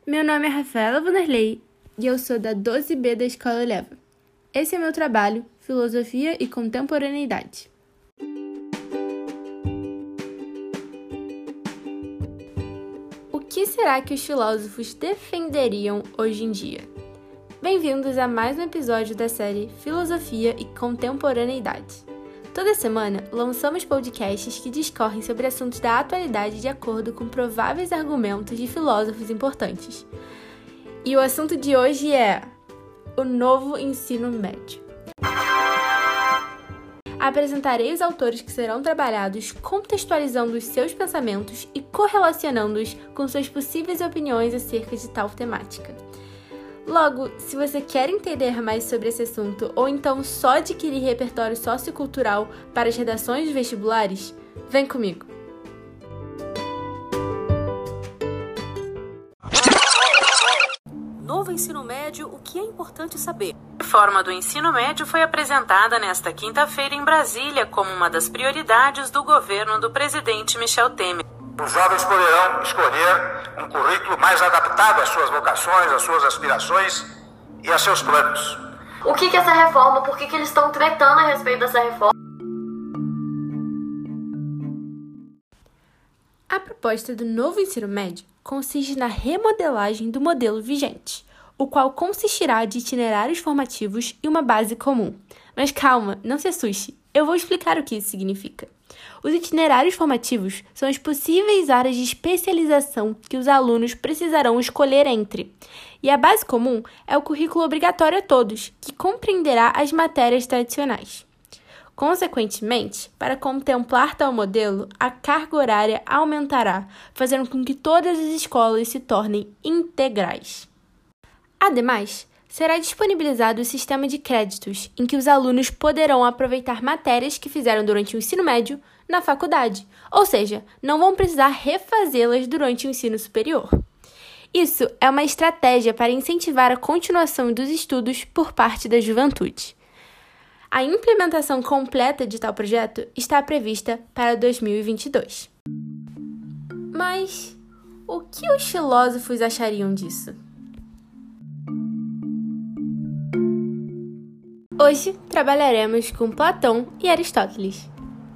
Meu nome é Rafaela Vanderlei e eu sou da 12B da Escola Eleva. Esse é meu trabalho, Filosofia e Contemporaneidade. O que será que os filósofos defenderiam hoje em dia? Bem-vindos a mais um episódio da série Filosofia e Contemporaneidade. Toda semana, lançamos podcasts que discorrem sobre assuntos da atualidade de acordo com prováveis argumentos de filósofos importantes. E o assunto de hoje é o novo ensino médio. Apresentarei os autores que serão trabalhados contextualizando os seus pensamentos e correlacionando-os com suas possíveis opiniões acerca de tal temática. Logo, se você quer entender mais sobre esse assunto ou então só adquirir repertório sociocultural para as redações dos vestibulares, vem comigo! Novo ensino médio, o que é importante saber? A reforma do ensino médio foi apresentada nesta quinta-feira em Brasília como uma das prioridades do governo do presidente Michel Temer. Os jovens poderão escolher um currículo mais adaptado às suas vocações, às suas aspirações e a seus planos. O que é essa reforma? Por que eles estão tretando a respeito dessa reforma? A proposta do novo ensino médio consiste na remodelagem do modelo vigente, o qual consistirá de itinerários formativos e uma base comum. Mas calma, não se assuste, eu vou explicar o que isso significa. Os itinerários formativos são as possíveis áreas de especialização que os alunos precisarão escolher entre. E a base comum é o currículo obrigatório a todos, que compreenderá as matérias tradicionais. Consequentemente, para contemplar tal modelo, a carga horária aumentará, fazendo com que todas as escolas se tornem integrais. Ademais, será disponibilizado o sistema de créditos, em que os alunos poderão aproveitar matérias que fizeram durante o ensino médio na faculdade, ou seja, não vão precisar refazê-las durante o ensino superior. Isso é uma estratégia para incentivar a continuação dos estudos por parte da juventude. A implementação completa de tal projeto está prevista para 2022. Mas o que os filósofos achariam disso? Hoje trabalharemos com Platão e Aristóteles.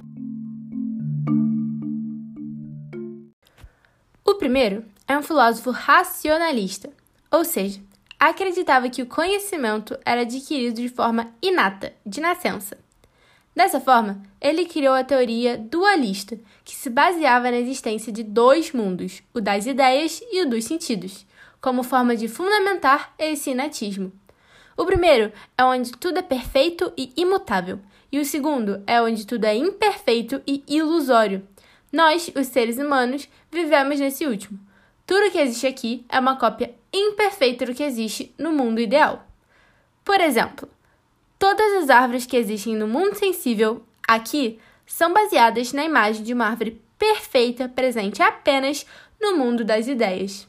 O primeiro é um filósofo racionalista, ou seja, acreditava que o conhecimento era adquirido de forma inata, de nascença. Dessa forma, ele criou a teoria dualista, que se baseava na existência de dois mundos, o das ideias e o dos sentidos, como forma de fundamentar esse inatismo. O primeiro é onde tudo é perfeito e imutável, e o segundo é onde tudo é imperfeito e ilusório. Nós, os seres humanos, vivemos nesse último. Tudo que existe aqui é uma cópia imperfeita do que existe no mundo ideal. Por exemplo, todas as árvores que existem no mundo sensível, aqui, são baseadas na imagem de uma árvore perfeita presente apenas no mundo das ideias.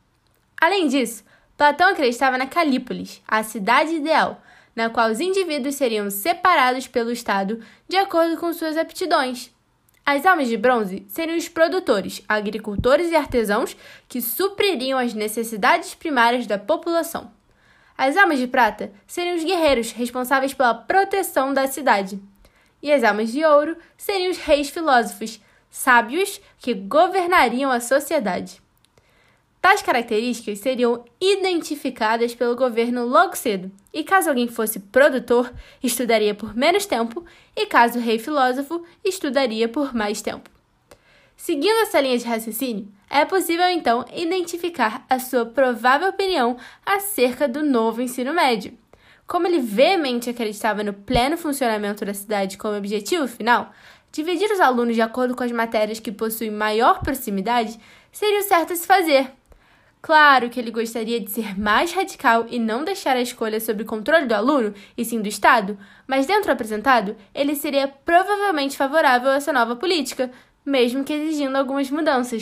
Além disso, Platão acreditava na Calípolis, a cidade ideal, na qual os indivíduos seriam separados pelo Estado de acordo com suas aptidões. As almas de bronze seriam os produtores, agricultores e artesãos que supririam as necessidades primárias da população. As almas de prata seriam os guerreiros responsáveis pela proteção da cidade. E as almas de ouro seriam os reis filósofos, sábios que governariam a sociedade. Tais características seriam identificadas pelo governo logo cedo, e caso alguém fosse produtor, estudaria por menos tempo, e caso rei filósofo, estudaria por mais tempo. Seguindo essa linha de raciocínio, é possível então identificar a sua provável opinião acerca do novo ensino médio. Como ele veemente acreditava no pleno funcionamento da cidade como objetivo final, dividir os alunos de acordo com as matérias que possuem maior proximidade seria o certo a se fazer. Claro que ele gostaria de ser mais radical e não deixar a escolha sob o controle do aluno, e sim do Estado, mas dentro do apresentado, ele seria provavelmente favorável a essa nova política, mesmo que exigindo algumas mudanças.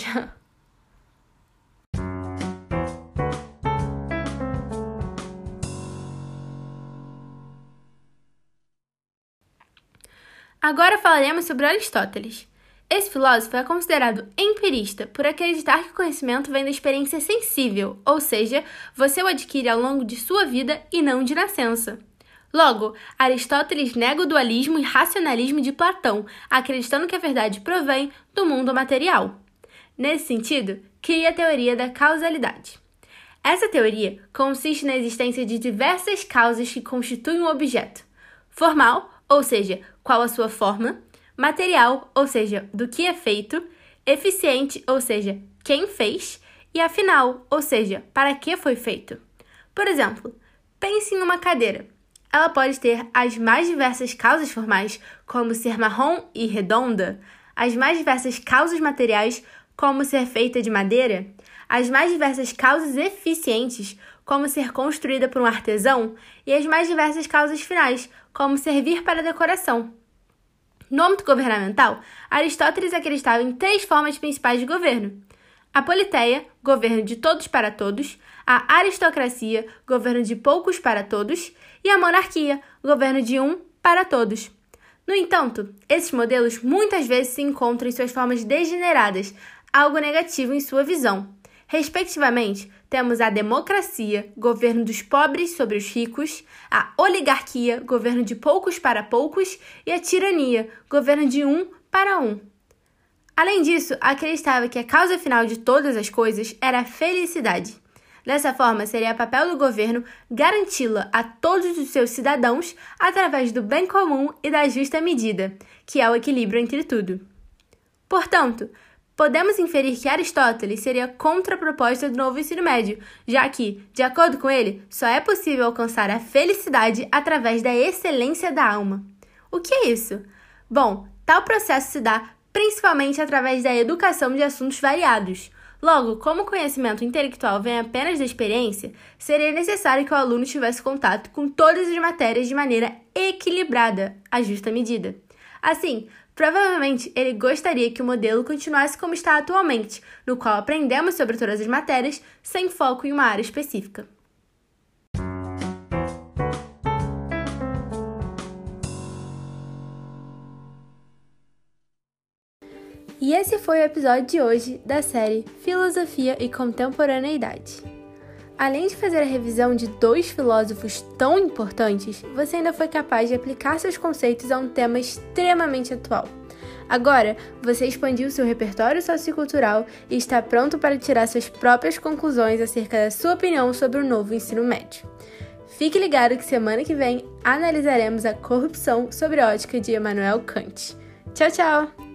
Agora falaremos sobre Aristóteles. Esse filósofo é considerado empirista por acreditar que o conhecimento vem da experiência sensível, ou seja, você o adquire ao longo de sua vida e não de nascença. Logo, Aristóteles nega o dualismo e racionalismo de Platão, acreditando que a verdade provém do mundo material. Nesse sentido, cria a teoria da causalidade. Essa teoria consiste na existência de diversas causas que constituem um objeto. Formal, ou seja, qual a sua forma; material, ou seja, do que é feito; eficiente, ou seja, quem fez; e afinal, ou seja, para que foi feito. Por exemplo, pense em uma cadeira. Ela pode ter as mais diversas causas formais, como ser marrom e redonda, as mais diversas causas materiais, como ser feita de madeira, as mais diversas causas eficientes, como ser construída por um artesão, e as mais diversas causas finais, como servir para decoração. No âmbito governamental, Aristóteles acreditava em 3 formas principais de governo: a politeia, governo de todos para todos; a aristocracia, governo de poucos para todos; e a monarquia, governo de um para todos. No entanto, esses modelos muitas vezes se encontram em suas formas degeneradas, algo negativo em sua visão. Respectivamente, temos a democracia, governo dos pobres sobre os ricos; a oligarquia, governo de poucos para poucos; e a tirania, governo de um para um. Além disso, acreditava que a causa final de todas as coisas era a felicidade. Dessa forma, seria papel do governo garanti-la a todos os seus cidadãos através do bem comum e da justa medida, que é o equilíbrio entre tudo. Portanto, podemos inferir que Aristóteles seria contra a proposta do novo ensino médio, já que, de acordo com ele, só é possível alcançar a felicidade através da excelência da alma. O que é isso? Bom, tal processo se dá principalmente através da educação de assuntos variados. Logo, como o conhecimento intelectual vem apenas da experiência, seria necessário que o aluno tivesse contato com todas as matérias de maneira equilibrada, à justa medida. Assim, provavelmente ele gostaria que o modelo continuasse como está atualmente, no qual aprendemos sobre todas as matérias, sem foco em uma área específica. E esse foi o episódio de hoje da série Filosofia e Contemporaneidade. Além de fazer a revisão de 2 filósofos tão importantes, você ainda foi capaz de aplicar seus conceitos a um tema extremamente atual. Agora, você expandiu seu repertório sociocultural e está pronto para tirar suas próprias conclusões acerca da sua opinião sobre o novo ensino médio. Fique ligado que semana que vem analisaremos a corrupção sobre a ótica de Immanuel Kant. Tchau, tchau!